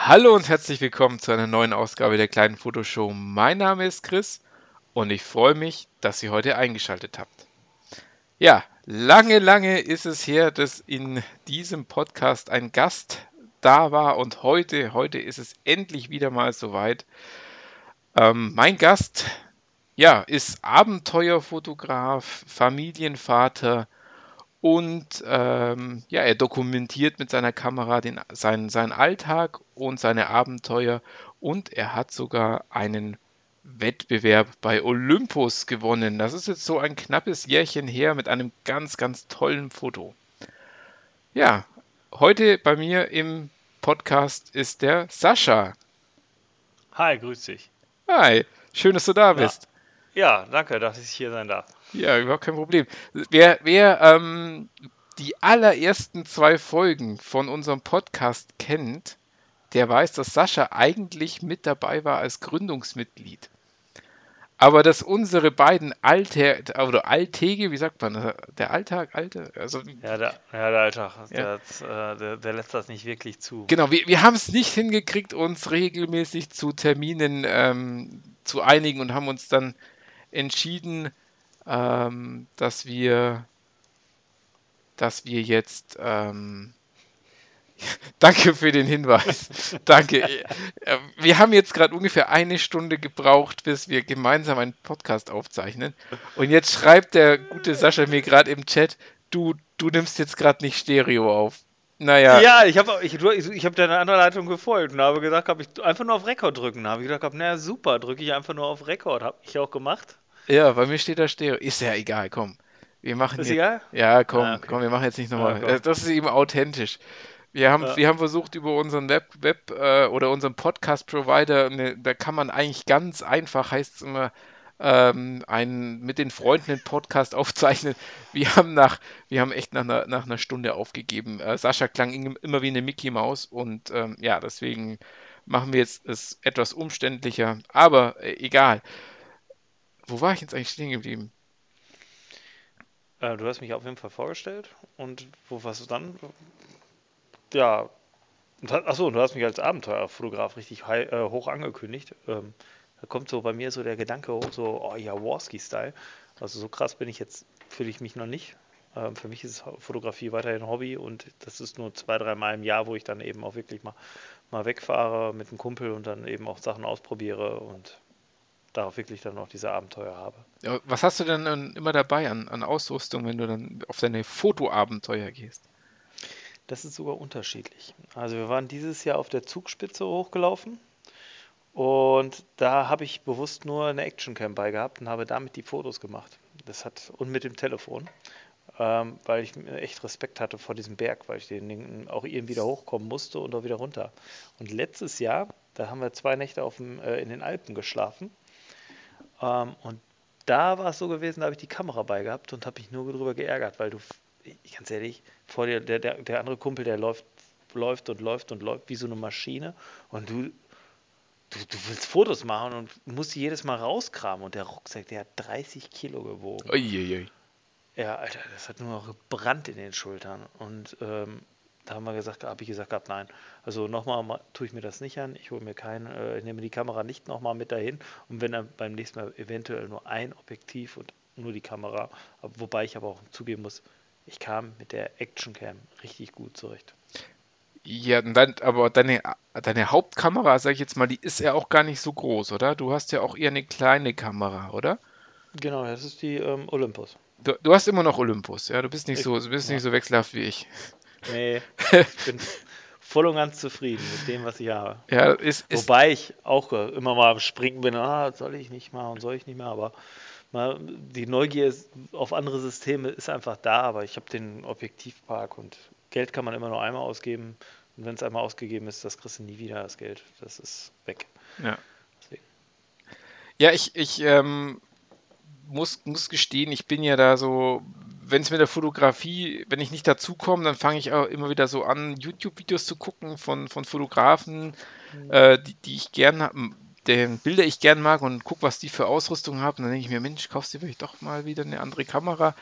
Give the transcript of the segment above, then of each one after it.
Hallo und herzlich willkommen zu einer neuen Ausgabe der kleinen Fotoshow. Mein Name ist Chris und ich freue mich, dass ihr heute eingeschaltet habt. Ja, lange ist es her, dass in diesem Podcast ein Gast da war und heute ist es endlich wieder mal soweit. Mein Gast, ja, ist Abenteuerfotograf, Familienvater und ja, er dokumentiert mit seiner Kamera seinen Alltag und seine Abenteuer und er hat sogar einen Wettbewerb bei Olympus gewonnen. Das ist jetzt so ein knappes Jährchen her mit einem ganz tollen Foto. Ja, heute bei mir im Podcast ist der Sascha. Hi, grüß dich. Hi, schön, dass du da Na, bist. ja, danke, dass ich hier sein darf. Ja, überhaupt kein Problem. Wer die allerersten 2 Folgen von unserem Podcast kennt, der weiß, dass Sascha eigentlich mit dabei war als Gründungsmitglied. Aber dass unsere beiden Alltäge, wie sagt man, der Alltag, also Ja, der Alltag, ja, der lässt das nicht wirklich zu. genau, wir haben es nicht hingekriegt, uns regelmäßig zu Terminen zu einigen und haben uns dann entschieden, dass wir jetzt danke für den Hinweis. Danke. Wir haben jetzt gerade ungefähr eine Stunde gebraucht, bis wir gemeinsam einen Podcast aufzeichnen. Und jetzt schreibt der gute Sascha mir gerade im Chat, du nimmst jetzt gerade nicht Stereo auf. Naja, Ja, ich hab deiner Anleitung gefolgt und habe gesagt, habe ich einfach nur auf Rekord drücken. Da habe ich gedacht, naja, super, drücke ich einfach nur auf Rekord. Habe ich auch gemacht. ja, bei mir steht da Stereo. Ist ja egal, komm. Wir machen Ist jetzt. egal? Ja, Ah, komm, okay. komm, wir machen jetzt nicht Ah, nochmal. komm. Das ist eben authentisch. Wir haben, Ja. wir haben versucht, über unseren oder unseren Podcast-Provider, da kann man eigentlich ganz einfach, heißt es immer, mit den Freunden einen Podcast aufzeichnen. Wir haben echt nach einer Stunde aufgegeben. Sascha klang immer wie eine Mickey Maus und ja, deswegen machen wir jetzt es etwas umständlicher, aber egal. Wo war ich jetzt eigentlich stehen geblieben? Du hast mich auf jeden Fall vorgestellt und wo warst du dann? Ja, achso, und du hast mich als Abenteuerfotograf richtig hoch angekündigt. Da kommt so bei mir so der Gedanke hoch, so, oh ja, Jaworski-Style. Also so krass fühle ich mich noch nicht. Für mich ist Fotografie weiterhin Hobby und das ist nur 2, 3 Mal im Jahr, wo ich dann eben auch wirklich mal wegfahre mit einem Kumpel und dann eben auch Sachen ausprobiere und darauf wirklich dann auch diese Abenteuer habe. Ja, was hast du denn dann immer dabei an Ausrüstung, wenn du dann auf deine Fotoabenteuer gehst? Das ist sogar unterschiedlich. Also wir waren dieses Jahr auf der Zugspitze hochgelaufen. Und da habe ich bewusst nur eine Actioncam bei gehabt und habe damit die Fotos gemacht. Und mit dem Telefon, weil ich echt Respekt hatte vor diesem Berg, weil ich den Ding auch irgendwie da hochkommen musste und auch wieder runter. Und letztes Jahr, da haben wir 2 Nächte in den Alpen geschlafen. Und da war es so gewesen, da habe ich die Kamera bei gehabt und habe mich nur darüber geärgert, weil ganz ehrlich, vor dir, der andere Kumpel, der läuft wie so eine Maschine und du willst Fotos machen und musst die jedes Mal rauskramen. Und der Rucksack, der hat 30 Kilo gewogen. Uiuiui. Ja, Alter, das hat nur noch gebrannt in den Schultern. Und da habe ich gesagt gehabt, nein. Also nochmal tue ich mir das nicht an. Ich nehme die Kamera nicht nochmal mit dahin. Und wenn dann beim nächsten Mal eventuell nur ein Objektiv und nur die Kamera. Wobei ich aber auch zugeben muss, ich kam mit der Actioncam richtig gut zurecht. Ja, aber deine Hauptkamera, sag ich jetzt mal, die ist ja auch gar nicht so groß, oder? Du hast ja auch eher eine kleine Kamera, oder? Genau, das ist die Olympus. Du hast immer noch Olympus, ja? Du bist nicht Ja. so wechselhaft wie ich. Nee, ich bin voll und ganz zufrieden mit dem, was ich habe. Ja, Wobei ich auch immer mal am Springen bin, soll ich nicht mal und soll ich nicht mehr, aber die auf andere Systeme ist einfach da, aber ich habe den Objektivpark und Geld kann man immer nur einmal ausgeben und wenn es einmal ausgegeben ist, das kriegst du nie wieder, das Geld, das ist weg. ja. Deswegen. Ja, ich muss gestehen, ich bin ja da so, wenn es mit der Fotografie, wenn ich nicht dazukomme, dann fange ich auch immer wieder so an, YouTube-Videos zu gucken von Fotografen, die ich deren Bilder ich gern mag und guck, was die für Ausrüstung haben. Und dann denke ich mir, Mensch, kaufst du vielleicht doch mal wieder eine andere Kamera.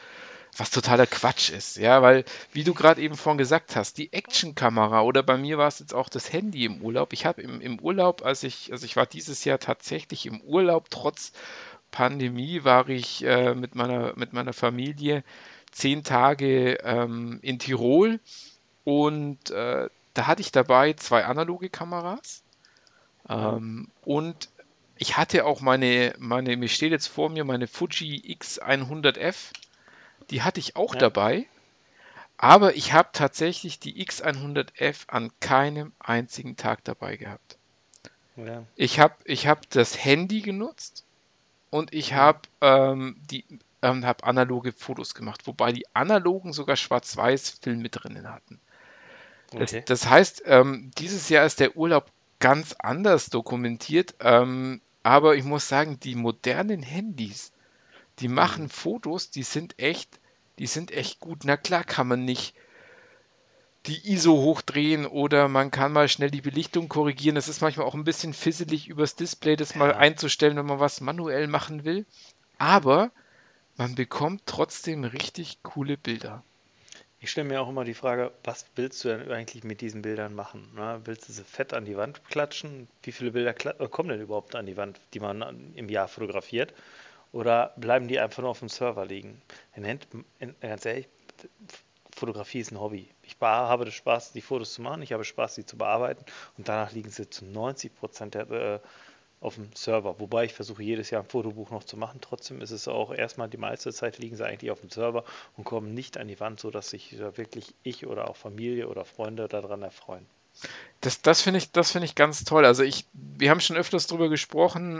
was totaler Quatsch ist, ja, weil, wie du gerade eben vorhin gesagt hast, die Actionkamera oder bei mir war es jetzt auch das Handy im Urlaub. Ich habe im Urlaub, also ich war dieses Jahr tatsächlich im Urlaub, trotz Pandemie war ich mit meiner Familie 10 Tage in Tirol und da hatte ich dabei zwei analoge Kameras Mhm. und ich hatte auch mir steht jetzt vor mir meine Fuji X100F, die hatte ich auch Ja, dabei, aber ich habe tatsächlich die X100F an keinem einzigen Tag dabei gehabt. ja. Ich hab das Handy genutzt und ich Mhm. hab analoge Fotos gemacht, wobei die analogen sogar Schwarz-Weiß-Film mit drinnen hatten. Das, Okay. das heißt, dieses Jahr ist der Urlaub ganz anders dokumentiert, aber ich muss sagen, die modernen Handys, die machen Mhm. Fotos, die sind echt gut. Na klar kann man nicht die ISO hochdrehen oder man kann mal schnell die Belichtung korrigieren. Das ist manchmal auch ein bisschen fisselig übers Display, das mal Ja. einzustellen, wenn man was manuell machen will. Aber man bekommt trotzdem richtig coole Bilder. Ich stelle mir auch immer die Frage, was willst du denn eigentlich mit diesen Bildern machen? Ne? Willst du sie fett an die Wand klatschen? Wie viele Bilder kommen denn überhaupt an die Wand, die man im Jahr fotografiert? Oder bleiben die einfach nur auf dem Server liegen? Ganz ehrlich, Fotografie ist ein Hobby. Habe den Spaß, die Fotos zu machen, ich habe Spaß, sie zu bearbeiten und danach liegen sie zu 90% auf dem Server. Wobei ich versuche jedes Jahr ein Fotobuch noch zu machen. Trotzdem ist es auch erstmal die meiste Zeit liegen sie eigentlich auf dem Server und kommen nicht an die Wand, sodass sich da wirklich ich oder auch Familie oder Freunde daran erfreuen. Das finde ich ganz toll. Also wir haben schon öfters darüber gesprochen,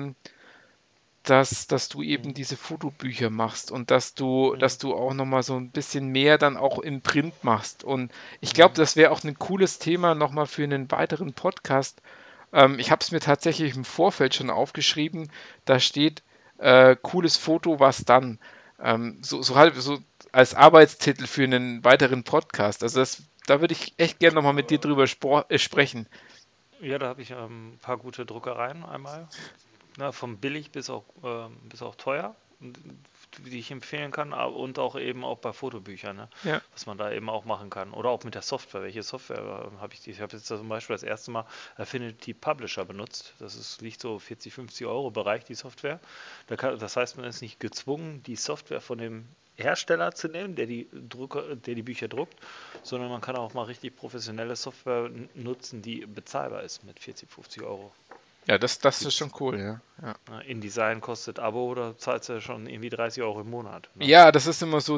dass du eben Mhm. diese Fotobücher machst und dass du auch nochmal so ein bisschen mehr dann auch im Print machst. Und ich glaube, Mhm. das wäre auch ein cooles Thema nochmal für einen weiteren Podcast. Ich habe es mir tatsächlich im Vorfeld schon aufgeschrieben. Da steht cooles Foto, was dann? So halb so als Arbeitstitel für einen weiteren Podcast. Also da würde ich echt gerne nochmal mit dir drüber sprechen. Ja, da habe ich ein paar gute Druckereien einmal. Na, vom billig bis auch teuer, die ich empfehlen kann, und auch eben auch bei Fotobüchern, ne, Ja. was man da eben auch machen kann. Oder auch mit der Software. Welche Software habe ich? Ich habe jetzt zum Beispiel das erste Mal Affinity Publisher benutzt. Liegt so 40, 50 Euro Bereich, die Software. Das heißt, man ist nicht gezwungen, die Software von dem Hersteller zu nehmen, der die Bücher druckt, sondern man kann auch mal richtig professionelle Software nutzen, die bezahlbar ist mit 40, 50 Euro. Ja, das ist Gibt's schon cool, ja. Ja. InDesign kostet Abo oder zahlst du ja schon irgendwie 30 Euro im Monat. Ne? Ja, das ist immer so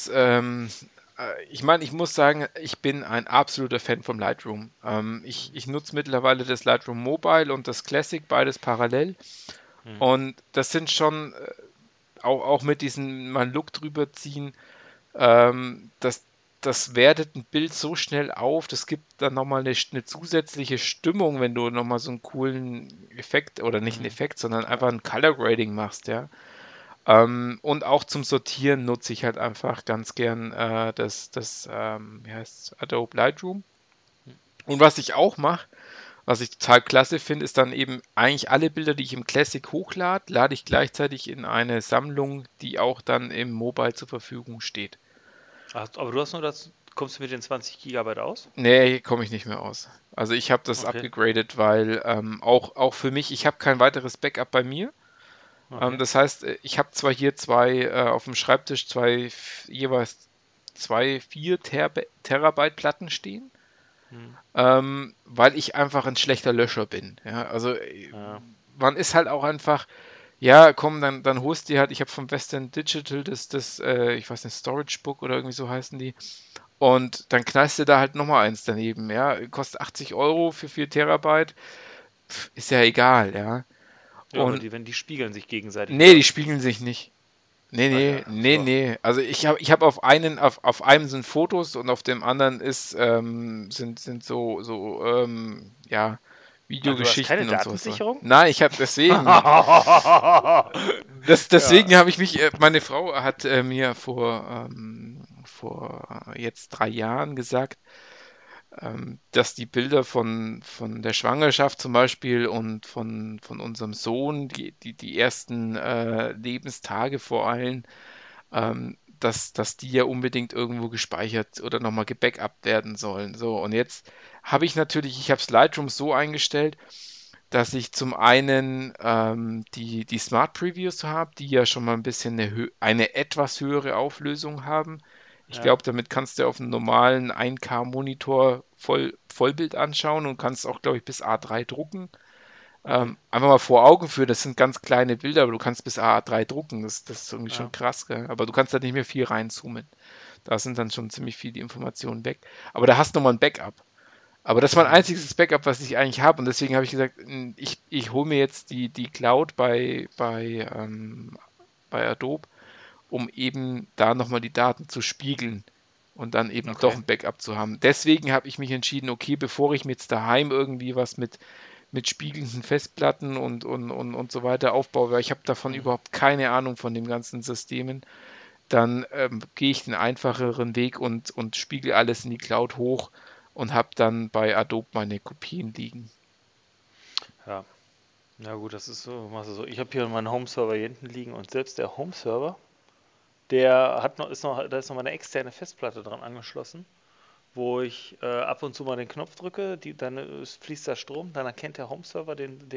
ich meine, ich muss sagen, ich bin ein absoluter Fan vom Lightroom. Ich nutze mittlerweile das Lightroom Mobile und das Classic, beides parallel. Hm. Und das sind schon, auch mit diesem mal Look drüber ziehen, ähm, das, das wertet ein Bild so schnell auf, das gibt dann nochmal eine zusätzliche Stimmung, wenn du nochmal so einen coolen Effekt, oder nicht einen Hm. Effekt, sondern Ja. einfach ein Color Grading machst, ja. Und auch zum Sortieren nutze ich halt einfach ganz gern wie heißt Adobe Lightroom. Und was ich auch mache, was ich total klasse finde, ist dann eben eigentlich alle Bilder, die ich im Classic hochlade, lade ich gleichzeitig in eine Sammlung, die auch dann im Mobile zur Verfügung steht. Aber du hast nur das, kommst du mit den 20 Gigabyte aus? Nee, komme ich nicht mehr aus. Also ich habe das Okay, abgegradet, weil auch für mich, ich habe kein weiteres Backup bei mir. okay. Das heißt, ich habe zwar hier auf dem Schreibtisch jeweils zwei 4 Terabyte Platten stehen, Hm. weil ich einfach ein schlechter Löscher bin. Ja, also Ja. man ist halt auch einfach, ja, komm, dann holst du dir halt, ich habe vom Western Digital ich weiß nicht, Storage Book oder irgendwie so heißen die, und dann knallst du da halt nochmal eins daneben, ja, kostet 80 Euro für 4 Terabyte, ist ja egal, ja. Ja, aber Und wenn die spiegeln sich gegenseitig, nee, oder? die spiegeln sich nicht. Nee, Ah nee, ja, nee, so. nee. Also ich hab auf einem sind Fotos und auf dem anderen sind ja, Ah, du hast keine Videogeschichten und sowas dran. Datensicherung? Nein, ich habe deswegen, Ja. deswegen habe ich mich, meine Frau hat mir vor jetzt 3 Jahren gesagt, dass die Bilder von der Schwangerschaft zum Beispiel und von unserem Sohn, die ersten Lebenstage vor allem, dass die ja unbedingt irgendwo gespeichert oder nochmal gebackupt werden sollen. So, und jetzt habe ich habe Lightroom so eingestellt, dass ich zum einen die Smart Previews habe, die ja schon mal ein bisschen eine etwas höhere Auflösung haben. Ich Ja, glaube, damit kannst du auf einem normalen 1K-Monitor Vollbild anschauen und kannst auch, glaube ich, bis A3 drucken. okay. Einfach mal vor Augen führen, das sind ganz kleine Bilder, aber du kannst bis A3 drucken. Das ist irgendwie schon Ja. krass, gell? Aber du kannst da nicht mehr viel reinzoomen. Da sind dann schon ziemlich viele Informationen weg. Aber da hast du nochmal ein Backup. Aber das ist mein Mhm. einziges Backup, was ich eigentlich habe. Und deswegen habe ich gesagt, ich hole mir jetzt die Cloud bei Adobe, um eben da nochmal die Daten zu spiegeln und dann eben doch Okay. ein Backup zu haben. Deswegen habe ich mich entschieden, okay, bevor ich mir jetzt daheim irgendwie was mit spiegelnden Festplatten und so weiter aufbaue, weil ich habe davon Mhm. überhaupt keine Ahnung von den ganzen Systemen, dann gehe ich den einfacheren Weg und spiegel alles in die Cloud hoch und habe dann bei Adobe meine Kopien liegen. Ja. Ja gut, das ist so, machst du so. Ich habe hier meinen Home-Server hier hinten liegen und selbst der Home-Server, der hat noch, da ist noch mal eine externe Festplatte dran angeschlossen, wo ich ab und zu mal den Knopf drücke, dann fließt der Strom, dann erkennt der Home-Server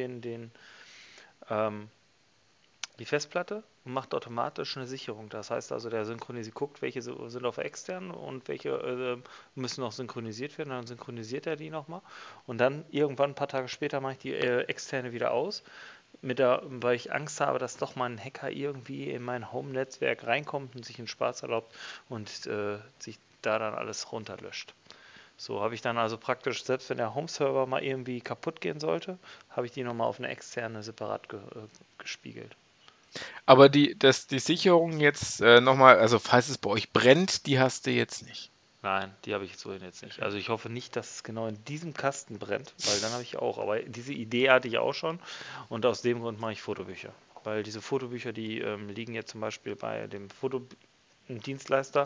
ähm, die Festplatte und macht automatisch eine Sicherung. Das heißt also, der synchronisiert, guckt, welche sind auf extern und welche müssen noch synchronisiert werden. Dann synchronisiert er die nochmal. Und dann irgendwann ein paar Tage später mache ich die externe wieder aus, weil ich Angst habe, dass doch mal ein Hacker irgendwie in mein Home-Netzwerk reinkommt und sich einen Spaß erlaubt und sich da dann alles runterlöscht. So habe ich dann also praktisch, selbst wenn der Home-Server mal irgendwie kaputt gehen sollte, habe ich die nochmal auf eine externe separat gespiegelt. Aber die Sicherung jetzt nochmal, also falls es bei euch brennt, die hast du jetzt nicht. Nein, die habe ich so jetzt nicht. Also Perfekt. ich hoffe nicht, dass es genau in diesem Kasten brennt, weil dann habe ich auch. Aber diese Idee hatte ich auch schon und aus dem Grund mache ich Fotobücher. Weil diese Fotobücher, die liegen jetzt zum Beispiel bei dem Fotodienstleister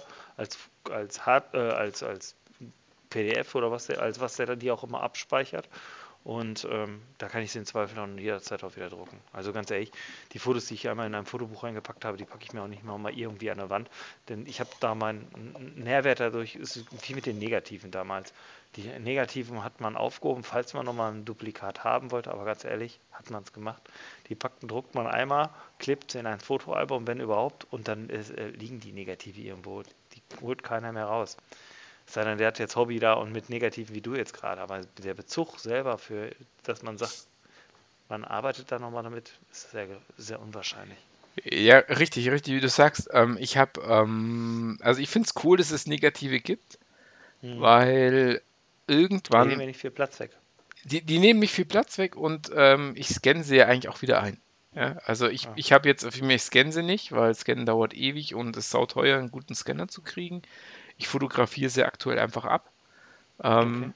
als PDF oder als was der dann die auch immer abspeichert. Und da kann ich sie im Zweifel dann jederzeit auch wieder drucken. Also ganz ehrlich, die Fotos, die ich einmal in ein Fotobuch reingepackt habe, die packe ich mir auch nicht mal irgendwie an der Wand. Denn ich habe da meinen Nährwert dadurch, ist wie mit den Negativen damals. Die Negativen hat man aufgehoben, falls man nochmal ein Duplikat haben wollte, aber ganz ehrlich, hat man es gemacht. Druckt man einmal, klebt sie in ein Fotoalbum, wenn überhaupt, und dann liegen die Negative irgendwo. Die holt keiner mehr raus. Es sei denn, der hat jetzt Hobby da und mit Negativen wie du jetzt gerade, aber der Bezug selber für, dass man sagt, man arbeitet da nochmal damit, ist sehr, sehr unwahrscheinlich. Ja, richtig, richtig, wie du sagst. Also ich finde es cool, dass es Negative gibt, Mhm. weil Die nehmen irgendwann, ja nicht viel Platz weg. die nehmen nicht viel Platz weg und ich scanne sie ja eigentlich auch wieder ein. Ja, also Ah, ich habe jetzt, für mich scanne sie nicht, weil Scannen dauert ewig und es ist sauteuer, einen guten Scanner zu kriegen. Ich fotografiere sie aktuell einfach ab. okay.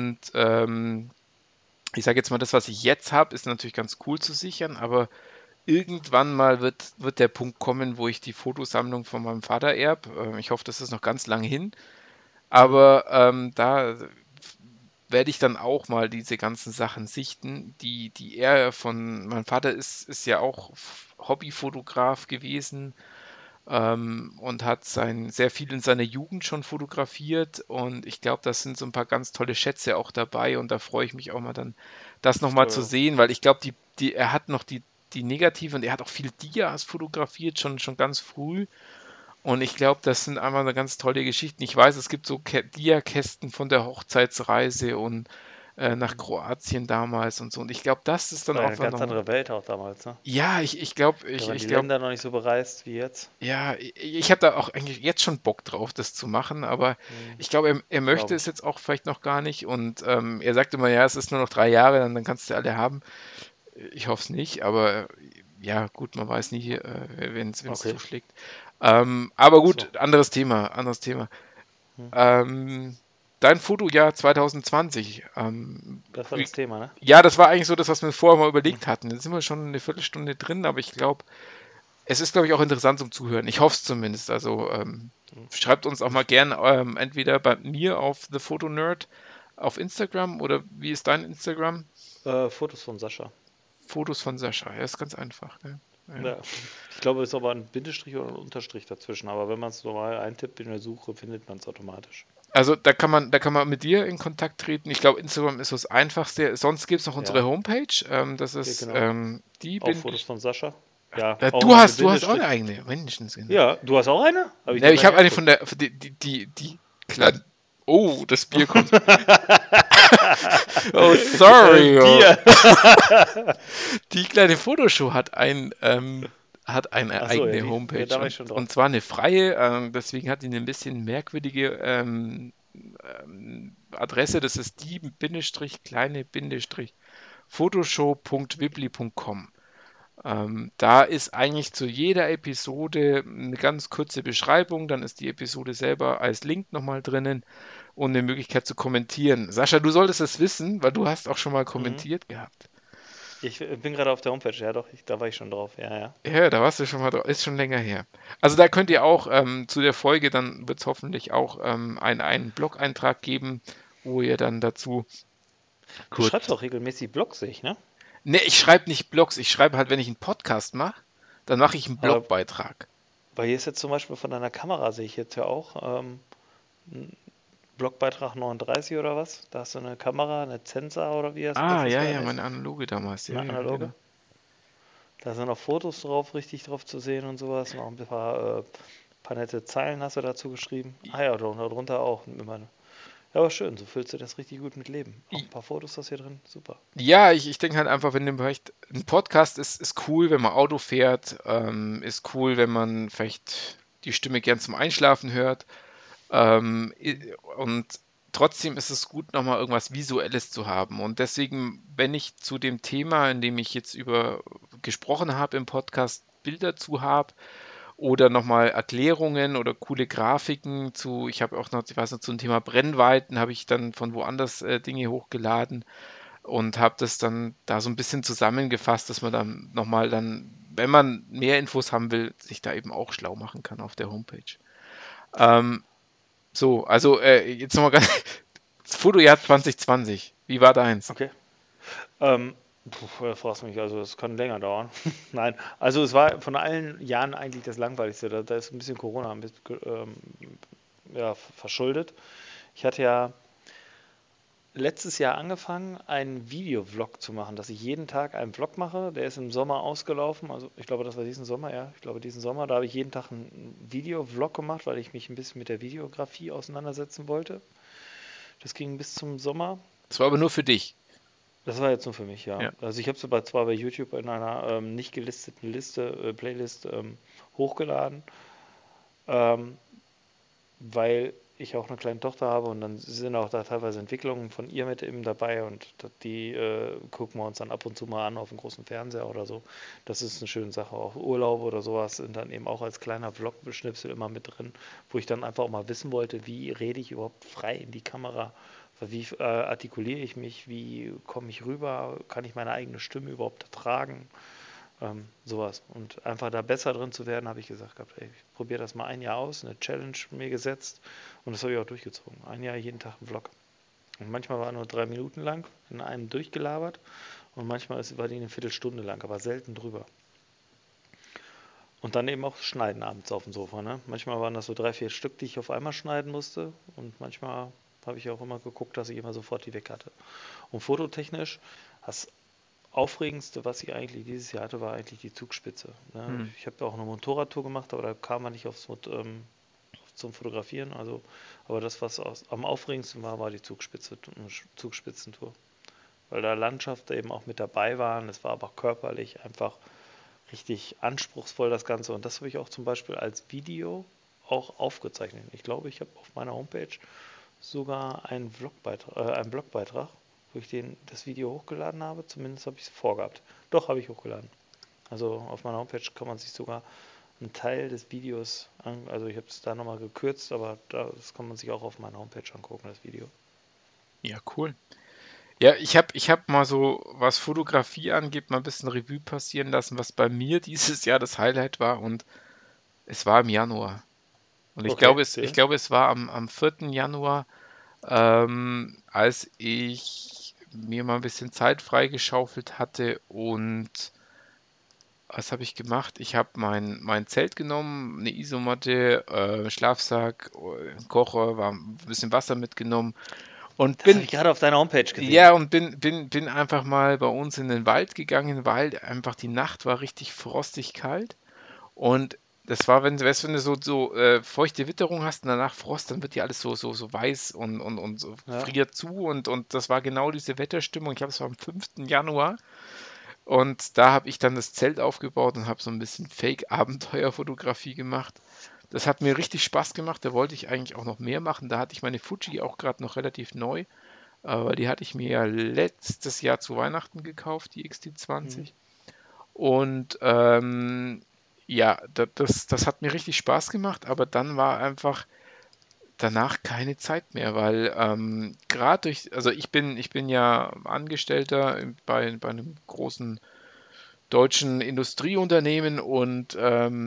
Ich sage jetzt mal, das, was ich jetzt habe, ist natürlich ganz cool zu sichern, aber irgendwann mal wird der Punkt kommen, wo ich die Fotosammlung von meinem Vater erb. Ich hoffe, das ist noch ganz lang hin. Mhm. Aber da werde ich dann auch mal diese ganzen Sachen sichten, die er von, mein Vater ist ja auch Hobbyfotograf gewesen und hat sehr viel in seiner Jugend schon fotografiert und ich glaube, das sind so ein paar ganz tolle Schätze auch dabei und da freue ich mich auch mal dann, das nochmal zu Ja, sehen, weil ich glaube, er hat noch die Negative und er hat auch viel Dias fotografiert, schon ganz früh und ich glaube, das sind einfach eine ganz tolle Geschichten. Ich weiß, es gibt so Dia-Kästen von der Hochzeitsreise und nach Kroatien damals und so und ich glaube, das ist das dann war ja auch eine ganz noch, andere Welt auch damals, ne? ja, ich glaube, Da waren die ich glaube, Länder noch nicht so bereist wie jetzt. ja, ich habe da auch eigentlich jetzt schon Bock drauf, das zu machen, aber Mhm. ich glaube, er möchte Glaube es ich. jetzt auch vielleicht noch gar nicht und er sagt immer, ja, es ist nur noch 3 Jahre, dann kannst du alle haben. Ich hoffe es nicht, aber ja, gut, man weiß nie, wenn es Okay. zuschlägt. Aber Ach so. gut, anderes Thema, anderes Thema. Hm. Ähm, Dein Fotojahr 2020. Das war das Thema, ne? Ja, das war eigentlich so das, was wir vorher mal Hm. überlegt hatten. Jetzt sind wir schon eine Viertelstunde drin, aber ich glaube, es ist, glaube ich, auch interessant zum Zuhören. Ich hoffe es zumindest. Also Hm. schreibt uns auch mal Ich, gern entweder bei mir auf The Photo Nerd auf Instagram oder wie ist dein Instagram? Fotos von Sascha. Fotos von Sascha. Ja, ist ganz einfach. Ne? Ja. Ja. Ich glaube, es ist aber ein Bindestrich oder ein Unterstrich dazwischen. Aber wenn man es normal eintippt in der Suche, findet man es automatisch. Also da kann man mit dir in Kontakt treten. Ich glaube, Instagram ist so das Einfachste. Sonst gibt es noch unsere Ja, Homepage. Das ja, ist genau. die Auch bin Fotos von Sascha. Ja, auch du immer mit hast auch eine Bindestrich. eigene. Menschenskinder. Ja, du hast auch eine? Habe ich Ne, noch ich gar nicht habe eine von angeguckt. der die kleinen. Oh, das Bier kommt. Oh, Das sorry. Oh. Bier. Die kleine Fotoshow hat eine Ach so, ja, eigene ja, da Homepage war ich schon drauf. und zwar eine freie, deswegen hat die eine ein bisschen merkwürdige Adresse. Das ist die kleine Photoshow.wibli.com. Da ist eigentlich zu jeder Episode eine ganz kurze Beschreibung, dann ist die Episode selber als Link nochmal drinnen und eine Möglichkeit zu kommentieren. Sascha, du solltest es wissen, weil du hast auch schon mal Mhm. kommentiert gehabt. Ich bin gerade auf der Homepage. Ja, doch, da war ich schon drauf. Ja, ja. Ja, da warst du schon mal drauf, ist schon länger her. Also da könnt ihr auch zu der Folge, dann wird es hoffentlich auch einen Blog-Eintrag geben, wo ihr dann dazu Du schreibst kurz. auch regelmäßig Blogs, sehe ich, ne? Ne, ich schreibe nicht Blogs, ich schreibe halt, wenn ich einen Podcast mache, dann mache ich einen Aber Blogbeitrag. bei hier ist jetzt zum Beispiel von deiner Kamera, sehe ich jetzt ja auch, ein Blogbeitrag 39 oder was? Da hast du eine Kamera, eine Zensa oder wie was Ah, das ja, für ja, eine ist. meine analoge damals. Ja, Eine ja, analoge. genau. Da sind auch Fotos drauf, richtig drauf zu sehen und sowas. Noch ein paar nette Zeilen hast du dazu geschrieben. Ah ja, darunter auch. Immer. Ja, aber schön, so füllst du das richtig gut mit Leben. Auch ein paar Fotos hast du hier drin, super. Ja, ich denke halt einfach, wenn du vielleicht, ein Podcast ist cool, wenn man Auto fährt, ist cool, wenn man vielleicht die Stimme gern zum Einschlafen hört. Und trotzdem ist es gut, nochmal irgendwas Visuelles zu haben. Und deswegen, wenn ich zu dem Thema, in dem ich jetzt über gesprochen habe im Podcast, Bilder zu habe oder nochmal Erklärungen oder coole Grafiken zu, ich habe auch noch, ich weiß noch, zum Thema Brennweiten habe ich dann von woanders Dinge hochgeladen und habe das dann da so ein bisschen zusammengefasst, dass man dann nochmal dann, wenn man mehr Infos haben will, sich da eben auch schlau machen kann auf der Homepage. Ähm, so, also jetzt nochmal ganz, das Fotojahr 2020, wie war deins? Okay. Fragst mich, also es kann länger dauern. Nein, also es war von allen Jahren eigentlich das langweiligste. Da ist ein bisschen Corona ein bisschen, ja, verschuldet. Ich hatte ja letztes Jahr angefangen, einen Videovlog zu machen, dass ich jeden Tag einen Vlog mache. Der ist im Sommer ausgelaufen. Also ich glaube, das war diesen Sommer, ja. Ich glaube, diesen Sommer, da habe ich jeden Tag einen Videovlog gemacht, weil ich mich ein bisschen mit der Videografie auseinandersetzen wollte. Das ging bis zum Sommer. Das war aber nur für dich. Das war jetzt nur für mich, ja. Ja. Also ich habe es aber zwar bei YouTube in einer nicht gelisteten Playlist hochgeladen, ähm, weil ich auch eine kleine Tochter habe und dann sind auch da teilweise Entwicklungen von ihr mit eben dabei und die gucken wir uns dann ab und zu mal an auf dem großen Fernseher oder so. Das ist eine schöne Sache. Auch Urlaube oder sowas sind dann eben auch als kleiner Vlog-Beschnipsel immer mit drin, wo ich dann einfach auch mal wissen wollte, wie rede ich überhaupt frei in die Kamera, wie artikuliere ich mich, wie komme ich rüber, kann ich meine eigene Stimme überhaupt ertragen. Sowas. Und einfach da besser drin zu werden, habe ich gesagt gehabt, ey, ich probiere das mal ein Jahr aus, eine Challenge mir gesetzt und das habe ich auch durchgezogen. Ein Jahr jeden Tag ein Vlog. Und manchmal war er nur 3 Minuten lang, in einem durchgelabert und manchmal war die eine Viertelstunde lang, aber selten drüber. Und dann eben auch schneiden abends auf dem Sofa. Ne? Manchmal waren das so 3, 4 Stück, die ich auf einmal schneiden musste und manchmal habe ich auch immer geguckt, dass ich immer sofort die weg hatte. Und fototechnisch, das Aufregendste, was ich eigentlich dieses Jahr hatte, war eigentlich die Zugspitze. Ne? Hm. Ich habe auch eine Motorradtour gemacht, aber da kam man nicht zum Fotografieren. Also, aber das, was am aufregendsten war, war die Zugspitzentour. Weil da Landschaft eben auch mit dabei waren. Es war aber körperlich einfach richtig anspruchsvoll, das Ganze. Und das habe ich auch zum Beispiel als Video auch aufgezeichnet. Ich glaube, ich habe auf meiner Homepage sogar einen Blogbeitrag, wo ich das Video hochgeladen habe. Zumindest habe ich es vorgehabt. Doch, habe ich hochgeladen. Also auf meiner Homepage kann man sich sogar einen Teil des Videos also ich habe es da nochmal gekürzt, aber das kann man sich auch auf meiner Homepage angucken, das Video. Ja, cool. Ja, ich hab mal so, was Fotografie angeht, mal ein bisschen Revue passieren lassen, was bei mir dieses Jahr das Highlight war und es war im Januar. Und Okay, ich erzähl. glaube, es war am 4. Januar, als ich mir mal ein bisschen Zeit freigeschaufelt hatte und Was habe ich gemacht? Ich habe mein Zelt genommen, eine Isomatte, Schlafsack, Kocher, war ein bisschen Wasser mitgenommen und Das habe bin, ich gerade auf deiner Homepage gesehen. ja, und bin einfach mal bei uns in den Wald gegangen, weil einfach die Nacht war richtig frostig kalt. Und das war, wenn du so feuchte Witterung hast und danach Frost, dann wird ja alles so weiß und so Ja. friert zu. Und das war genau diese Wetterstimmung. Ich glaube, es war am 5. Januar. Und da habe ich dann das Zelt aufgebaut und habe so ein bisschen Fake-Abenteuerfotografie gemacht. Das hat mir richtig Spaß gemacht. Da wollte ich eigentlich auch noch mehr machen. Da hatte ich meine Fuji auch gerade noch relativ neu, weil die hatte ich mir ja letztes Jahr zu Weihnachten gekauft, die Mhm. XT20. Und ja, das hat mir richtig Spaß gemacht, aber dann war einfach danach keine Zeit mehr, weil gerade also ich bin ja Angestellter bei einem großen deutschen Industrieunternehmen und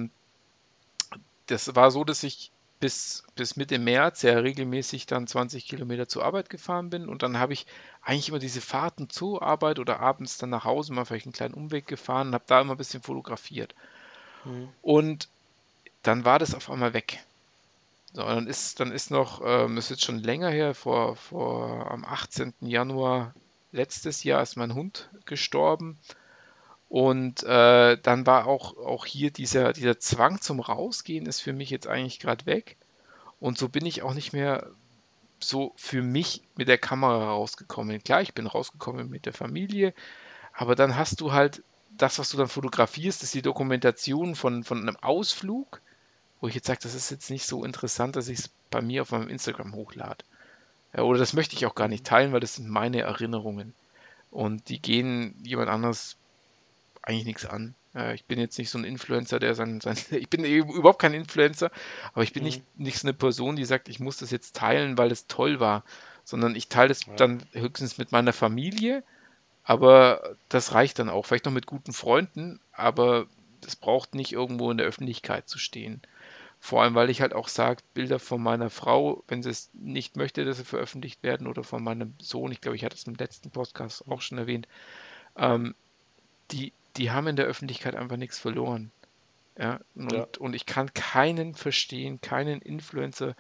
das war so, dass ich bis Mitte März ja regelmäßig dann 20 Kilometer zur Arbeit gefahren bin und dann habe ich eigentlich immer diese Fahrten zur Arbeit oder abends dann nach Hause mal vielleicht einen kleinen Umweg gefahren und habe da immer ein bisschen fotografiert. Mhm. Und dann war das auf einmal weg. So, und dann ist noch, ist jetzt schon länger her, am 18. Januar letztes Jahr ist mein Hund gestorben. Und dann war auch hier dieser Zwang zum Rausgehen ist für mich jetzt eigentlich gerade weg. Und so bin ich auch nicht mehr so für mich mit der Kamera rausgekommen. Klar, ich bin rausgekommen mit der Familie, aber dann hast du halt das, was du dann fotografierst, ist die Dokumentation von einem Ausflug, wo ich jetzt sage, das ist jetzt nicht so interessant, dass ich es bei mir auf meinem Instagram hochlade. Ja, oder das möchte ich auch gar nicht Mhm. teilen, weil das sind meine Erinnerungen. Und die gehen jemand anderes eigentlich nichts an. Ich bin jetzt nicht so ein Influencer, ich bin eben überhaupt kein Influencer, aber ich bin Mhm. nicht so eine Person, die sagt, ich muss das jetzt teilen, weil es toll war, sondern ich teile es Ja. dann höchstens mit meiner Familie, aber das reicht dann auch. Vielleicht noch mit guten Freunden, aber es braucht nicht irgendwo in der Öffentlichkeit zu stehen. Vor allem, weil ich halt auch sage, Bilder von meiner Frau, wenn sie es nicht möchte, dass sie veröffentlicht werden, oder von meinem Sohn, ich glaube, ich hatte es im letzten Podcast Mhm. auch schon erwähnt, ähm, die haben in der Öffentlichkeit einfach nichts verloren. Ja, Ja. und ich kann keinen verstehen, keinen Influencer,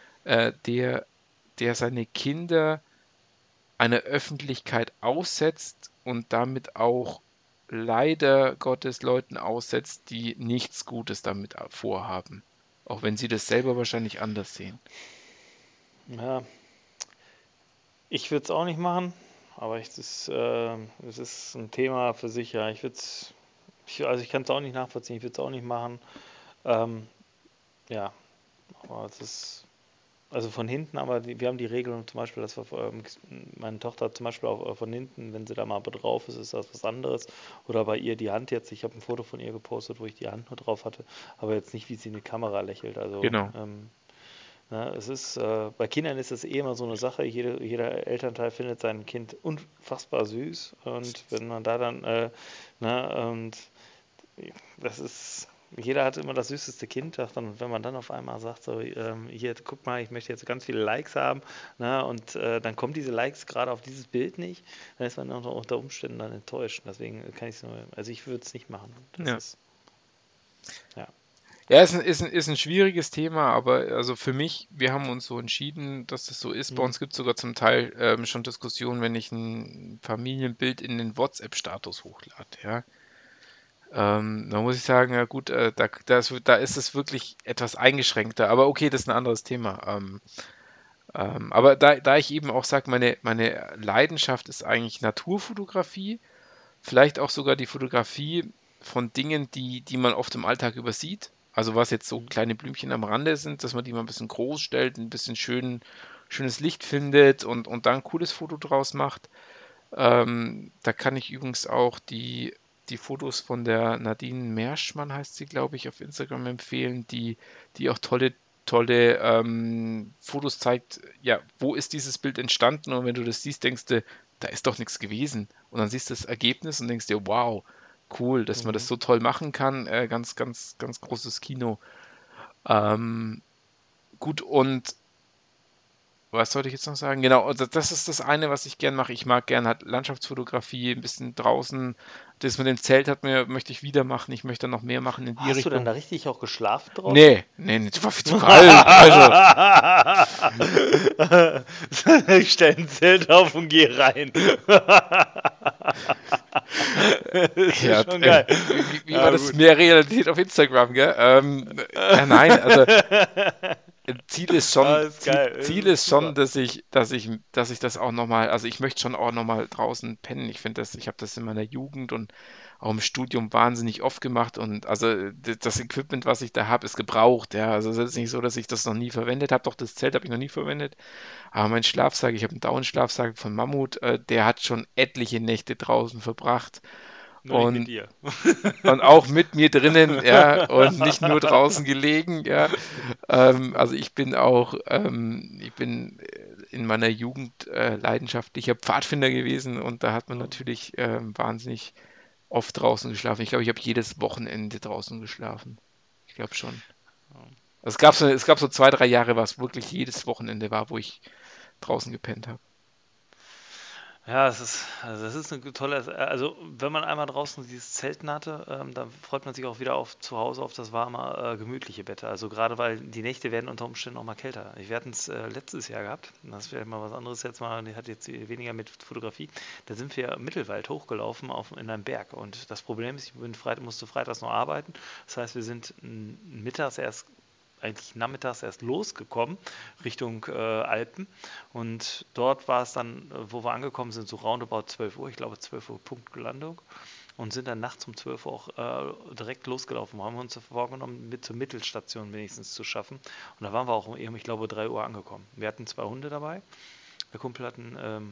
der seine Kinder einer Öffentlichkeit aussetzt und damit auch leider Gottes Leuten aussetzt, die nichts Gutes damit vorhaben. Auch wenn sie das selber wahrscheinlich anders sehen. Ja. Ich würde es auch nicht machen, aber es ist ein Thema für sich, ja. Also ich kann es auch nicht nachvollziehen, ich würde es auch nicht machen. Ähm, ja, aber es ist, also von hinten, aber wir haben die Regelung zum Beispiel, dass meine Tochter zum Beispiel auch von hinten, wenn sie da mal drauf ist, ist das was anderes. Oder bei ihr die Hand jetzt, ich habe ein Foto von ihr gepostet, wo ich die Hand nur drauf hatte, aber jetzt nicht, wie sie in die Kamera lächelt. Also Genau. ja, bei Kindern ist es eh immer so eine Sache. Jeder Elternteil findet sein Kind unfassbar süß. Und wenn man da dann, und jeder hat immer das süßeste Kind. Und wenn man dann auf einmal sagt, so, hier, guck mal, ich möchte jetzt ganz viele Likes haben, und dann kommen diese Likes gerade auf dieses Bild nicht, dann ist man unter Umständen dann enttäuscht. Deswegen kann ich es nur, also ich würde es nicht machen. Ja. Ja. Ja, ist ein schwieriges Thema, aber also für mich, wir haben uns so entschieden, dass das so ist. Bei Hm. uns gibt es sogar zum Teil schon Diskussionen, wenn ich ein Familienbild in den WhatsApp-Status hochlade, ja. Da muss ich sagen, ja gut, da ist es wirklich etwas eingeschränkter. Aber okay, das ist ein anderes Thema. Aber da ich eben auch sage, meine Leidenschaft ist eigentlich Naturfotografie, vielleicht auch sogar die Fotografie von Dingen, die man oft im Alltag übersieht. Also was jetzt so Hm. kleine Blümchen am Rande sind, dass man die mal ein bisschen groß stellt, ein bisschen schönes Licht findet und dann ein cooles Foto draus macht. Da kann ich übrigens auch die Fotos von der Nadine Merschmann, heißt sie, glaube ich, auf Instagram empfehlen, die auch tolle Fotos zeigt. Ja, wo ist dieses Bild entstanden? Und wenn du das siehst, denkst du, da ist doch nichts gewesen. Und dann siehst du das Ergebnis und denkst dir, wow, cool, dass man das Mhm. so toll machen kann. Ganz, ganz, ganz großes Kino. Ähm, gut, und Was sollte ich jetzt noch sagen? Genau, also das ist das eine, was ich gern mache. Ich mag gern halt Landschaftsfotografie, ein bisschen draußen. Das mit dem Zelt möchte ich wieder machen. Ich möchte noch mehr machen in die Hast du denn Richtung. da richtig auch geschlafen draußen? Nee, das war viel zu kalt. Also, Ich stelle ein Zelt auf und gehe rein. Das ja, ist schon geil. wie war Ja, das gut. mehr Realität auf Instagram, gell? Ja, nein, also Ziel ist Ja, schon, ist geil. Ziel Das ist ist schon, super. dass ich das auch nochmal, also ich möchte schon auch nochmal draußen pennen. Ich habe das in meiner Jugend und auch im Studium wahnsinnig oft gemacht und also das Equipment, was ich da habe, ist gebraucht, ja. Also es ist nicht so, dass ich das noch nie verwendet habe. Doch das Zelt habe ich noch nie verwendet. Aber mein Schlafsack, ich habe einen Down-Schlafsack von Mammut, der hat schon etliche Nächte draußen verbracht. Nur nicht mit Und dir. und auch mit mir drinnen, ja, und nicht nur draußen gelegen, ja. Also ich bin in meiner Jugend leidenschaftlicher Pfadfinder gewesen und da hat man Ja. natürlich wahnsinnig oft draußen geschlafen. Ich glaube, ich habe jedes Wochenende draußen geschlafen. Ich glaube schon. Also es gab so 2, 3 Jahre, was wirklich jedes Wochenende war, wo ich draußen gepennt habe. Ja, also das ist eine tolle, also wenn man einmal draußen dieses Zelten hatte, dann freut man sich auch wieder auf zu Hause auf das warme, gemütliche Bett. Also gerade weil die Nächte werden unter Umständen auch mal kälter. Wir hatten es letztes Jahr gehabt, das wäre mal was anderes jetzt mal, die hat jetzt weniger mit Fotografie. Da sind wir im Mittelwald hochgelaufen in einem Berg und das Problem ist, musste freitags noch arbeiten. Das heißt, wir sind mittags erst eigentlich nachmittags erst losgekommen Richtung Alpen und dort war es dann, wo wir angekommen sind, so roundabout 12 Uhr, ich glaube 12 Uhr Punktlandung und sind dann nachts um 12 Uhr auch direkt losgelaufen. Haben wir uns vorgenommen, mit zur Mittelstation wenigstens zu schaffen und da waren wir auch eben, ich glaube 3 Uhr angekommen. Wir hatten 2 Hunde dabei, der Kumpel hat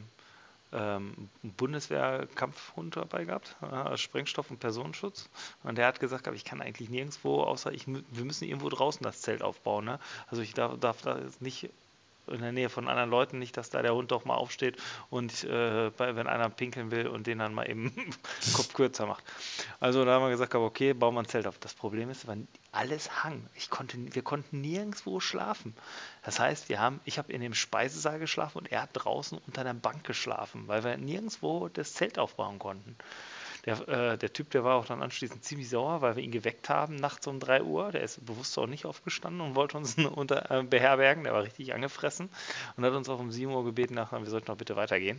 einen Bundeswehr-Kampfhund dabei gehabt, Sprengstoff- und Personenschutz. Und der hat gesagt, aber ich kann eigentlich nirgendwo, außer wir müssen irgendwo draußen das Zelt aufbauen. Ne? Also ich darf da jetzt nicht in der Nähe von anderen Leuten, nicht, dass da der Hund doch mal aufsteht und wenn einer pinkeln will und den dann mal eben Kopf kürzer macht. Also da haben wir gesagt, aber okay, bauen wir ein Zelt auf. Das Problem ist, weil alles hang. Wir konnten nirgendwo schlafen. Das heißt, ich habe in dem Speisesaal geschlafen und er hat draußen unter der Bank geschlafen, weil wir nirgendwo das Zelt aufbauen konnten. Der Typ, der war auch dann anschließend ziemlich sauer, weil wir ihn geweckt haben, nachts um 3 Uhr. Der ist bewusst auch nicht aufgestanden und wollte uns beherbergen. Der war richtig angefressen und hat uns auch um 7 Uhr gebeten, wir sollten doch bitte weitergehen.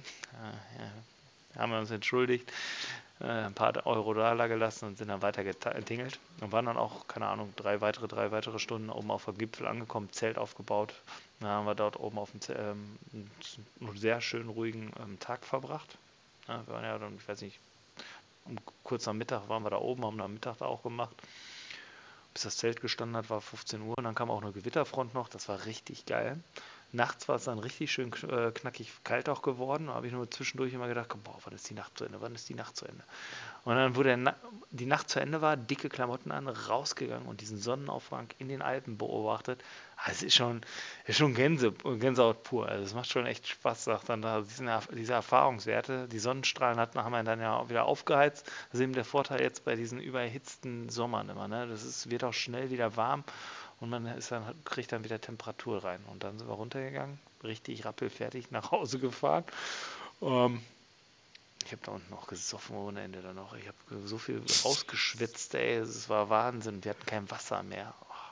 Ja, haben wir uns entschuldigt, ein paar Euro da gelassen und sind dann weiter getingelt und waren dann auch, keine Ahnung, drei weitere Stunden oben auf dem Gipfel angekommen, Zelt aufgebaut. Dann haben wir dort oben auf dem einen sehr schönen, ruhigen Tag verbracht. Ja, wir waren ja dann, ich weiß nicht, kurz am Mittag waren wir da oben, haben am Mittag da auch gemacht. Bis das Zelt gestanden hat, war 15 Uhr und dann kam auch eine Gewitterfront noch, das war richtig geil. Nachts war es dann richtig schön knackig kalt auch geworden. Da habe ich nur zwischendurch immer gedacht, boah, wann ist die Nacht zu Ende? Wann ist die Nacht zu Ende? Und dann, wo die Nacht zu Ende war, dicke Klamotten an, rausgegangen und diesen Sonnenaufgang in den Alpen beobachtet. Es ist schon Gänsehaut pur. Also es macht schon echt Spaß, sagt dann da diese Erfahrungswerte. Die Sonnenstrahlen haben wir dann ja auch wieder aufgeheizt. Das ist eben der Vorteil jetzt bei diesen überhitzten Sommern immer. Ne? Wird auch schnell wieder warm und kriegt dann wieder Temperatur rein. Und dann sind wir runtergegangen, richtig rappelfertig nach Hause gefahren. Ähm, Ich habe da unten noch gesoffen ohne Ende dann noch. Ich habe so viel rausgeschwitzt, ey. Es war Wahnsinn. Wir hatten kein Wasser mehr.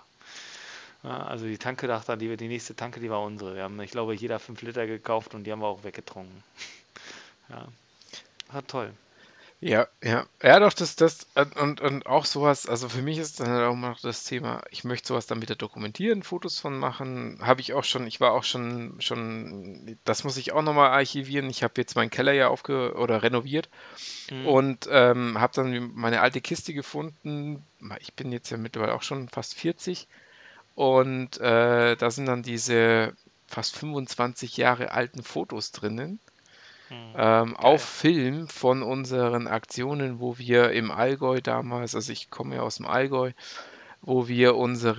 Ja, also die Tanke dachte, die nächste Tanke, die war unsere. Wir haben, ich glaube, jeder 5 Liter gekauft und die haben wir auch weggetrunken. Ja, war toll. Ja, ja. Ja, doch, und auch sowas, also für mich ist dann halt auch noch das Thema, ich möchte sowas dann wieder dokumentieren, Fotos von machen. Ich war auch schon, das muss ich auch nochmal archivieren. Ich habe jetzt meinen Keller ja oder renoviert Mhm. und habe dann meine alte Kiste gefunden. Ich bin jetzt ja mittlerweile auch schon fast 40 und da sind dann diese fast 25 Jahre alten Fotos drinnen Mhm. auf Geil. Film von unseren Aktionen, wo wir im Allgäu damals, also ich komme ja aus dem Allgäu, wo wir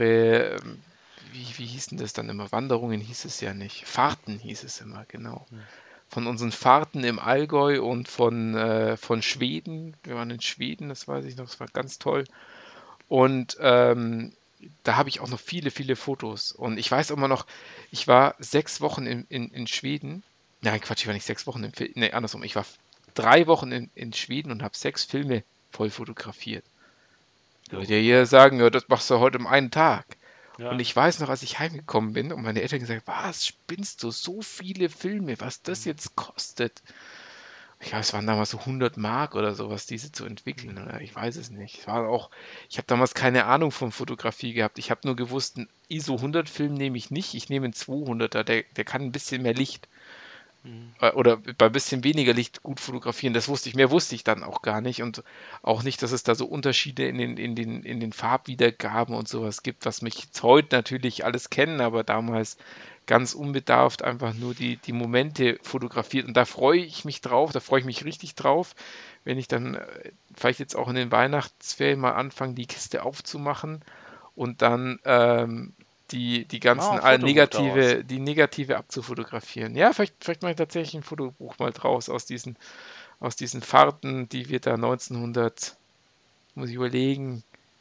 wie hießen das dann immer? Wanderungen hieß es ja nicht. Fahrten hieß es immer, genau. Mhm. Von unseren Fahrten im Allgäu und von Schweden. Wir waren in Schweden, das weiß ich noch, das war ganz toll. Und da habe ich auch noch viele, viele Fotos. Und ich weiß immer noch, ich war 6 Wochen in Schweden. Nein, Quatsch, ich war nicht 6 Wochen nee, andersrum. Ich war 3 Wochen in Schweden und habe 6 Filme voll fotografiert. Da Jo, würde ja jeder krass. sagen, ja, das machst du heute um einen Tag. Und Ja. ich weiß noch, als ich heimgekommen bin und meine Eltern gesagt, was, spinnst du, so viele Filme, was das Mhm. jetzt kostet? Ich weiß, es waren damals so 100 Mark oder sowas, diese zu entwickeln, Mhm. oder ich weiß es nicht. Ich habe damals keine Ahnung von Fotografie gehabt. Ich habe nur gewusst, einen ISO 100 Film nehme ich nicht, ich nehme einen 200er, der kann ein bisschen mehr Licht Mhm. oder bei ein bisschen weniger Licht gut fotografieren. Das wusste ich, mehr wusste ich dann auch gar nicht und auch nicht, dass es da so Unterschiede in den Farbwiedergaben und sowas gibt, was mich jetzt heute natürlich alles kennen, aber damals ganz unbedarft einfach nur die Momente fotografiert. Und da freue ich mich drauf, da freue ich mich richtig drauf, wenn ich dann vielleicht jetzt auch in den Weihnachtsferien mal anfange, die Kiste aufzumachen und dann die Mach mal ganzen ein Fotobuch daraus. die Negative abzufotografieren. Ja, vielleicht mache ich tatsächlich ein Fotobuch mal draus aus diesen Fahrten, die wir da 1900, muss ich überlegen,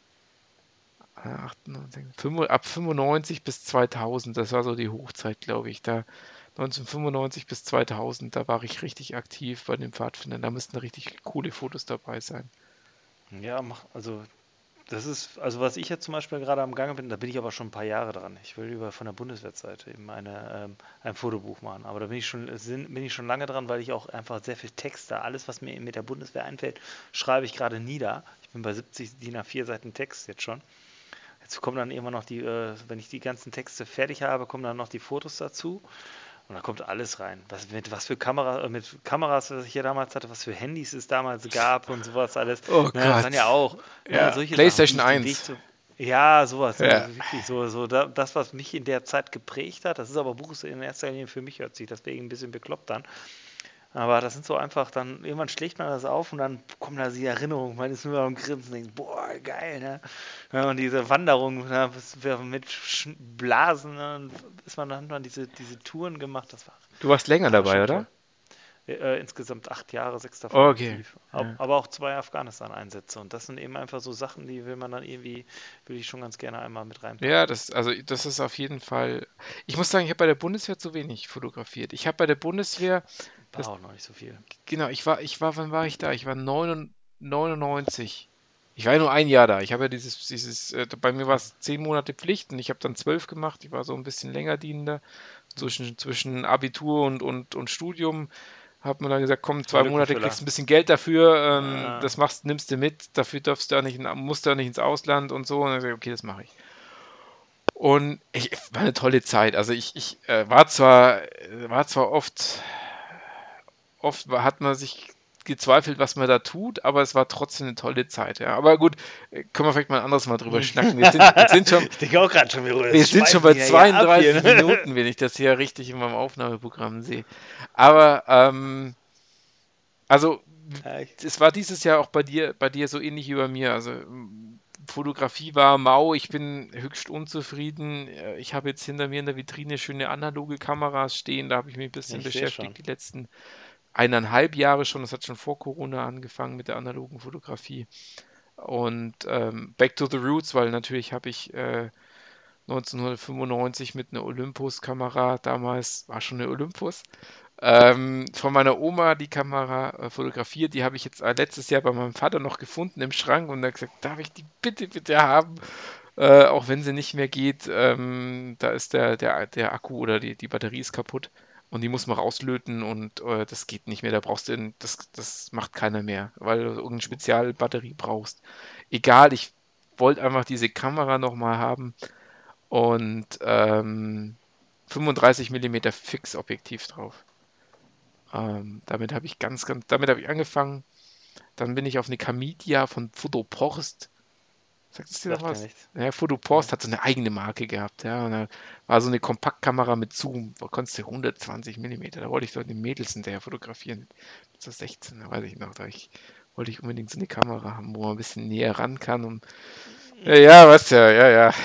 98, ab 95 bis 2000, das war so die Hochzeit, glaube ich. Da 1995 bis 2000, da war ich richtig aktiv bei den Pfadfindern. Da müssten richtig coole Fotos dabei sein. Ja, also das ist, also was ich jetzt zum Beispiel gerade am Gange bin, da bin ich aber schon ein paar Jahre dran. Ich will über von der Bundeswehrzeit eben ein Fotobuch machen. Aber da bin ich schon lange dran, weil ich auch einfach sehr viel Texte, alles, was mir mit der Bundeswehr einfällt, schreibe ich gerade nieder. Ich bin bei 70 DIN A4 Seiten Text jetzt schon. Jetzt kommen dann immer noch wenn ich die ganzen Texte fertig habe, kommen dann noch die Fotos dazu. Und da kommt alles rein. Was für mit Kameras, was ich hier damals hatte, was für Handys es damals gab und sowas alles. Oh Ne, das waren ja Gott. auch Ja, solche Sachen, wie PlayStation ich den Weg 1. zu. Ja, sowas, Ja. wirklich das, was mich in der Zeit geprägt hat, das ist aber Buch in erster Linie für mich, hört sich deswegen ein bisschen bekloppt an. Aber das sind so einfach, dann irgendwann schlägt man das auf und dann kommen da die Erinnerungen, man ist nur am Grinsen und denkt, boah, geil, ne? Ja, und diese Wanderung ne, mit Blasen, ne, und hat man diese Touren gemacht, Du warst länger das war dabei, schon oder? toll. Insgesamt 8 Jahre, 6 davon Okay. aktiv. Ja. Aber auch 2 Afghanistan-Einsätze. Und das sind eben einfach so Sachen, die würde ich schon ganz gerne einmal mit Ja, reinpacken. das ist auf jeden Fall. Ich muss sagen, ich habe bei der Bundeswehr zu wenig fotografiert. Ich habe bei der Bundeswehr, War das, auch noch nicht so viel. genau, wann war ich da? Ich war 99. Ich war ja nur ein Jahr da. Ich habe ja bei mir war es 10 Monate Pflicht und ich habe dann 12 gemacht. Ich war so ein bisschen länger dienender. Hm. Zwischen Abitur und Studium hat man dann gesagt, komm, Ein 2 Monate, Lückenfüller. kriegst ein bisschen Geld dafür, Äh, nimmst du mit, dafür musst du auch nicht ins Ausland und so. Und dann sag ich, okay, das mache ich. Und war eine tolle Zeit. Also ich war zwar oft hat man sich gezweifelt, was man da tut, aber es war trotzdem eine tolle Zeit. Ja. Aber gut, können wir vielleicht mal ein anderes Mal drüber schnacken. ich denke auch gerade schon, wir Wir sind schon schweifen bei hier ja ab hier. 32 Ne? Minuten, wenn ich das hier richtig in meinem Aufnahmeprogramm sehe. Aber also Ja, es war dieses Jahr auch bei dir so ähnlich wie bei mir. Also Fotografie war mau, ich bin höchst unzufrieden. Ich habe jetzt hinter mir in der Vitrine schöne analoge Kameras stehen, da habe ich mich ein bisschen ich sehe schon. beschäftigt, die letzten 1,5 Jahre schon. Das hat schon vor Corona angefangen mit der analogen Fotografie. Und Back to the Roots, weil natürlich habe ich 1995 mit einer Olympus-Kamera, damals war schon eine Olympus, von meiner Oma die Kamera fotografiert. Die habe ich jetzt letztes Jahr bei meinem Vater noch gefunden im Schrank und er hat gesagt, darf ich die bitte, bitte haben? Auch wenn sie nicht mehr geht, da ist der Akku oder die Batterie ist kaputt und die muss man rauslöten und das geht nicht mehr. Das macht keiner mehr, weil du irgendeine Spezialbatterie brauchst. Egal, ich wollte einfach diese Kamera nochmal haben und 35 Millimeter Fixobjektiv drauf. Damit habe ich angefangen. Dann bin ich auf eine Camidia von Fotoporst. Sagt es dir noch Sagt mir was? nichts. Ja, Nee. Fotoporst hat so eine eigene Marke gehabt. Ja, und da war so eine Kompaktkamera mit Zoom. Da konntest du 120 Millimeter. Da wollte ich doch die Mädels hinterher fotografieren. Mit so 16, da weiß ich noch. Wollte ich unbedingt so eine Kamera haben, wo man ein bisschen näher ran kann. Und, ja, ja, was ja, ja, ja.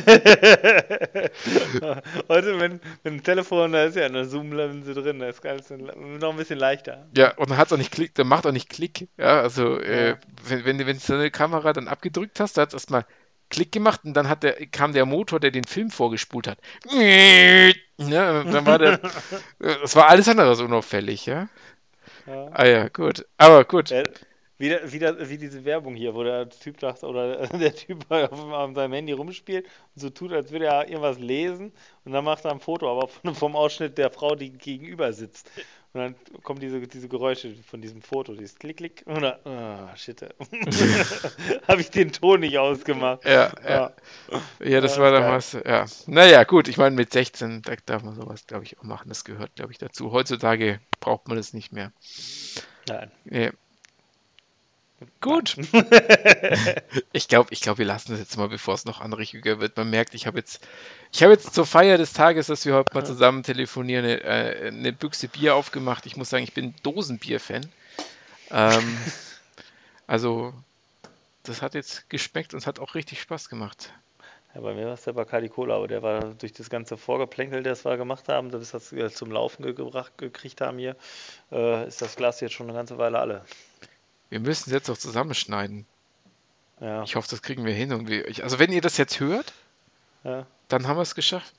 Heute mit dem Telefon, da ist ja eine Zoom-Linse drin, das ist alles noch ein bisschen leichter. Ja, und dann hat's auch nicht Klick, dann macht auch nicht Klick. Ja, also Ja. wenn du so eine Kamera dann abgedrückt hast, da hat es erstmal Klick gemacht und dann kam der Motor, der den Film vorgespult hat. Ja, dann das war alles andere als unauffällig, ja. Ja. Ah ja, gut. Aber gut. Ja, wieder wie diese Werbung hier, wo der Typ dachte, oder der Typ auf seinem Handy rumspielt und so tut, als würde er irgendwas lesen und dann macht er ein Foto, aber vom Ausschnitt der Frau, die gegenüber sitzt. Und dann kommen diese Geräusche von diesem Foto, dieses Klick, Klick, oder, shit. Habe ich den Ton nicht ausgemacht. Ja, ja. Ja, Ja, das ja, war ist geil. damals, ja. Naja, gut, ich meine, mit 16, da darf man sowas, glaube ich, auch machen. Das gehört, glaube ich, dazu. Heutzutage braucht man das nicht mehr. Nein, Nee. nein. Gut. Ich glaube, wir lassen das jetzt mal, bevor es noch anrüchiger wird. Man merkt, ich habe jetzt zur Feier des Tages, dass wir heute mal zusammen telefonieren, eine Büchse Bier aufgemacht. Ich muss sagen, ich bin Dosenbier-Fan. Ähm, also, das hat jetzt geschmeckt und es hat auch richtig Spaß gemacht. Ja, bei mir war es der Bacardi Cola, aber der war durch das ganze Vorgeplänkel, das wir gemacht haben, bis wir das zum Laufen gekriegt haben hier, ist das Glas jetzt schon eine ganze Weile alle. Wir müssen es jetzt auch zusammenschneiden. Ja, Ich hoffe, das kriegen wir hin. Also, wenn ihr das jetzt hört, ja. dann haben wir es geschafft.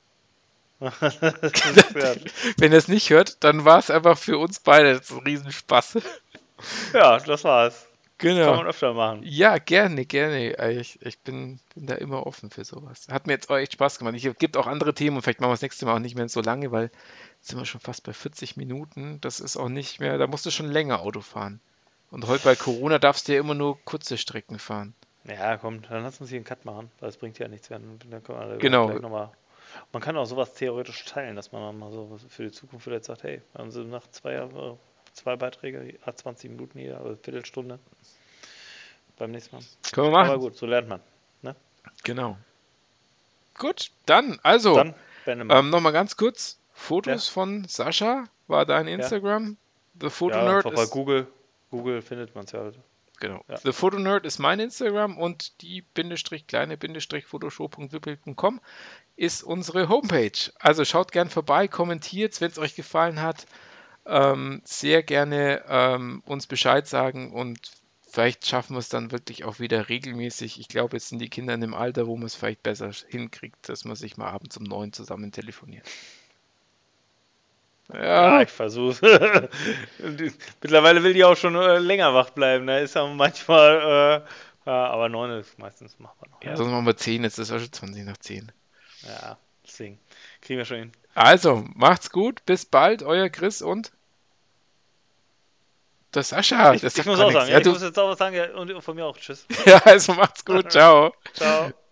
Ja, Wenn ihr es nicht hört, dann war es einfach für uns beide ein Riesenspaß. ja, das war's. Kann Genau. man öfter machen. Ja, gerne, gerne. Ich bin da immer offen für sowas. Hat mir jetzt auch echt Spaß gemacht. Es gibt auch andere Themen und vielleicht machen wir das nächste Mal auch nicht mehr so lange, weil jetzt sind wir schon fast bei 40 Minuten. Das ist auch nicht mehr, da musst du schon länger Auto fahren. Und heute bei Corona darfst du ja immer nur kurze Strecken fahren. Ja, komm, dann lass uns hier einen Cut machen, weil es bringt ja nichts mehr. Dann können wir da Genau, gleich nochmal. Man kann auch sowas theoretisch teilen, dass man dann mal so für die Zukunft vielleicht sagt, hey, haben Sie nach zwei Beiträge, 20 Minuten hier, also Viertelstunde beim nächsten Mal. können wir Aber machen. gut, so lernt man. Ne? Genau. Gut, dann, also, Dann beenden wir. nochmal ganz kurz. Ja, Fotos von Sascha war dein ja. Instagram. The Photo Ja, Nerd einfach bei ist. Google. Google findet man es ja heute. Genau. Ja. The Photo Nerd ist mein Instagram und die _kleine_photoshow.com ist unsere Homepage. Also schaut gern vorbei, kommentiert, wenn es euch gefallen hat. Sehr gerne uns Bescheid sagen und vielleicht schaffen wir es dann wirklich auch wieder regelmäßig. Ich glaube, jetzt sind die Kinder in einem Alter, wo man es vielleicht besser hinkriegt, dass man sich mal abends um 9 zusammen telefoniert. Ja, Ja, ich versuch's. Mittlerweile will die auch schon länger wach bleiben. Da ist ja manchmal, ja, aber 9 ist meistens machbar noch. ja, sonst machen wir 10, jetzt ist es auch schon 20 nach 10. Ja, deswegen. Kriegen wir schon hin. Also, macht's gut, bis bald, euer Chris und der Sascha, der Ich sagt muss gar auch nichts. sagen, Ja, ja, ich du, muss jetzt auch was sagen, ja, und von mir auch. Tschüss. ja, also macht's gut, ciao. Ciao.